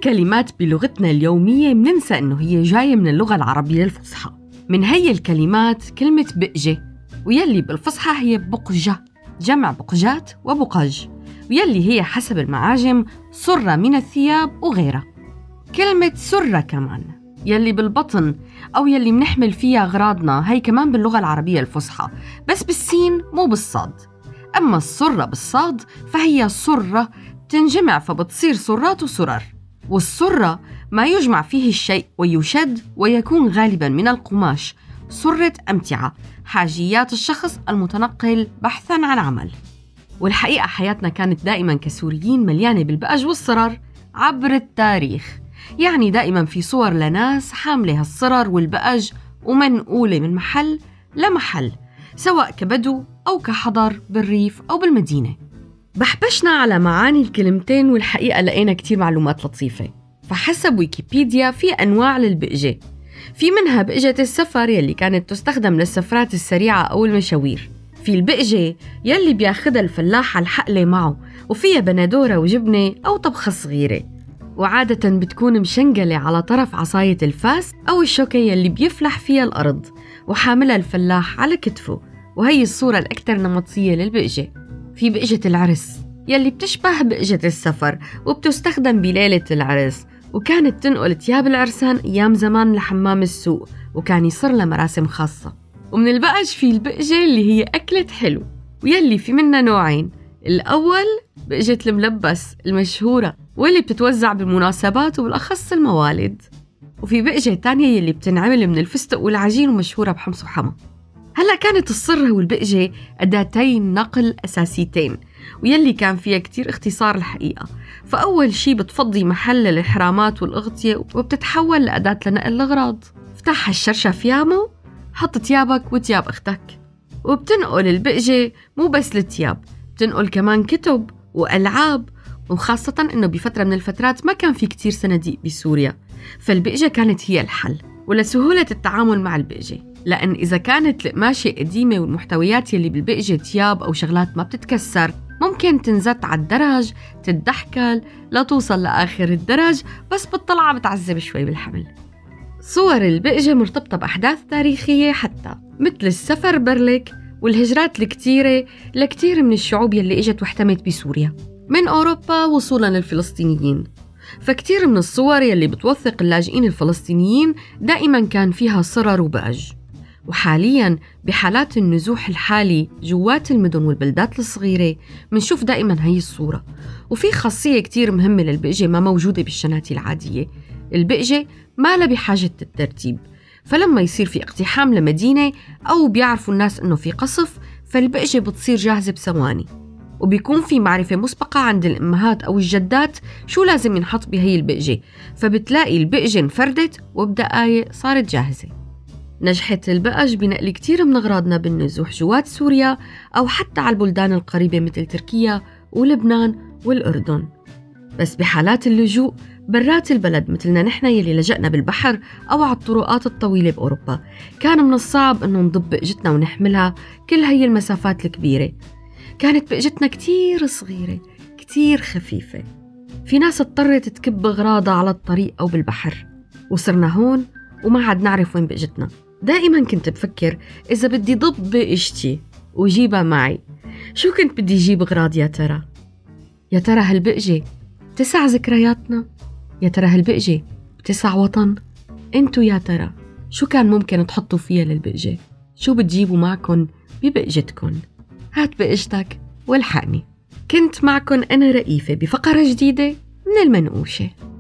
كلمات بلغتنا اليومية مننسى إنه هي جاية من اللغة العربية الفصحى. من هي الكلمات كلمة بقجة، ويلي بالفصحى هي بقجة، جمع بقجات وبقج، ويلي هي حسب المعاجم سرة من الثياب وغيرها. كلمة سرة كمان يلي بالبطن أو يلي منحمل فيها أغراضنا، هي كمان باللغة العربية الفصحى بس بالسين مو بالصاد. أما السرة بالصاد فهي سرة تنجمع فبتصير سرات وسرر. والسرة ما يجمع فيه الشيء ويشد ويكون غالباً من القماش، سرة أمتعة، حاجيات الشخص المتنقل بحثاً عن عمل. والحقيقة حياتنا كانت دائماً كسوريين مليانة بالبقج والسرر عبر التاريخ. يعني دائماً في صور لناس حاملة هالسرر والبقج ومنقولة من محل لمحل، سواء كبدو أو كحضر بالريف أو بالمدينة. بحبشنا على معاني الكلمتين، والحقيقة لقينا كتير معلومات لطيفة. فحسب ويكيبيديا في أنواع للبقجة، في منها بقجة السفر يلي كانت تستخدم للسفرات السريعة أو المشاوير. في البقجة يلي بياخدها الفلاح على الحقلة معه، وفيها بندورة وجبنة أو طبخة صغيرة، وعادة بتكون مشنقلة على طرف عصاية الفاس أو الشوكة يلي بيفلح فيها الأرض وحاملها الفلاح على كتفه، وهي الصورة الأكثر نمطية للبقجة. في بقجة العرس يلي بتشبه بقجة السفر وبتستخدم بليلة العرس، وكانت تنقل تياب العرسان أيام زمان لحمام السوق، وكان يصير لها مراسم خاصة. ومن البقج في البقجة اللي هي أكلة حلو، ويلي في منها نوعين. الأول بقجة الملبس المشهورة واللي بتتوزع بالمناسبات وبالأخص الموالد، وفي بقجة تانية يلي بتنعمل من الفستق والعجين ومشهورة بحمص وحمى. هلأ كانت السرة والبقجة أداتين نقل أساسيتين، ويلي كان فيها كتير اختصار الحقيقة. فأول شي بتفضي محل الإحرامات والأغطية وبتتحول لأداة لنقل الأغراض. افتح هالشرشف يامو، حط تيابك وتياب أختك. وبتنقل البقجة مو بس التياب، بتنقل كمان كتب وألعاب، وخاصة إنه بفترة من الفترات ما كان في كتير صناديق بسوريا، فالبقجة كانت هي الحل. ولسهولة التعامل مع البقجة، لأن إذا كانت القماشة قديمة والمحتويات يلي بالبقجة تياب أو شغلات ما بتتكسر، ممكن تنزت على الدرج، تتدحكل لا توصل لآخر الدرج، بس بالطلعة بتعذب شوي بالحمل. صور البقجة مرتبطة بأحداث تاريخية حتى، مثل السفر برلك والهجرات الكتيرة لكتير من الشعوب يلي إجت واحتمت بسوريا من أوروبا وصولاً للفلسطينيين. فكتير من الصور يلي بتوثق اللاجئين الفلسطينيين دائماً كان فيها سرر وبقج. وحالياً بحالات النزوح الحالي جوات المدن والبلدات الصغيرة منشوف دائماً هاي الصورة. وفي خاصية كتير مهمة للبقجة ما موجودة بالشناتي العادية. البقجة ما لها بحاجة الترتيب، فلما يصير في اقتحام لمدينة أو بيعرفوا الناس إنه في قصف، فالبقجة بتصير جاهزة بثواني، وبيكون في معرفة مسبقة عند الأمهات أو الجدات شو لازم ينحط بهي البقجة، فبتلاقي البقجة انفردت وبدقايق صارت جاهزة. نجحت البقج بنقل كتير من أغراضنا بالنزوح جوات سوريا أو حتى على البلدان القريبة مثل تركيا ولبنان والأردن. بس بحالات اللجوء برات البلد مثلنا نحن يلي لجأنا بالبحر أو على الطرقات الطويلة بأوروبا، كان من الصعب أنه نضب بقجتنا ونحملها كل هي المسافات الكبيرة. كانت بقجتنا كتير صغيرة كتير خفيفة، في ناس اضطرت تكب أغراضها على الطريق أو بالبحر، وصرنا هون وما عاد نعرف وين بقجتنا. دائما كنت بفكر إذا بدي ضب بقجتي وجيبها معي شو كنت بدي جيب أغراض يا ترى؟ يا ترى هالبقجة بتسع ذكرياتنا؟ يا ترى هالبقجة بتسع وطن؟ انتو يا ترى شو كان ممكن تحطوا فيها للبقجة؟ شو بتجيبوا معكن ببقجتكن؟ هات بقجتك والحقني. كنت معكن أنا رئيفة بفقرة جديدة من المنقوشة.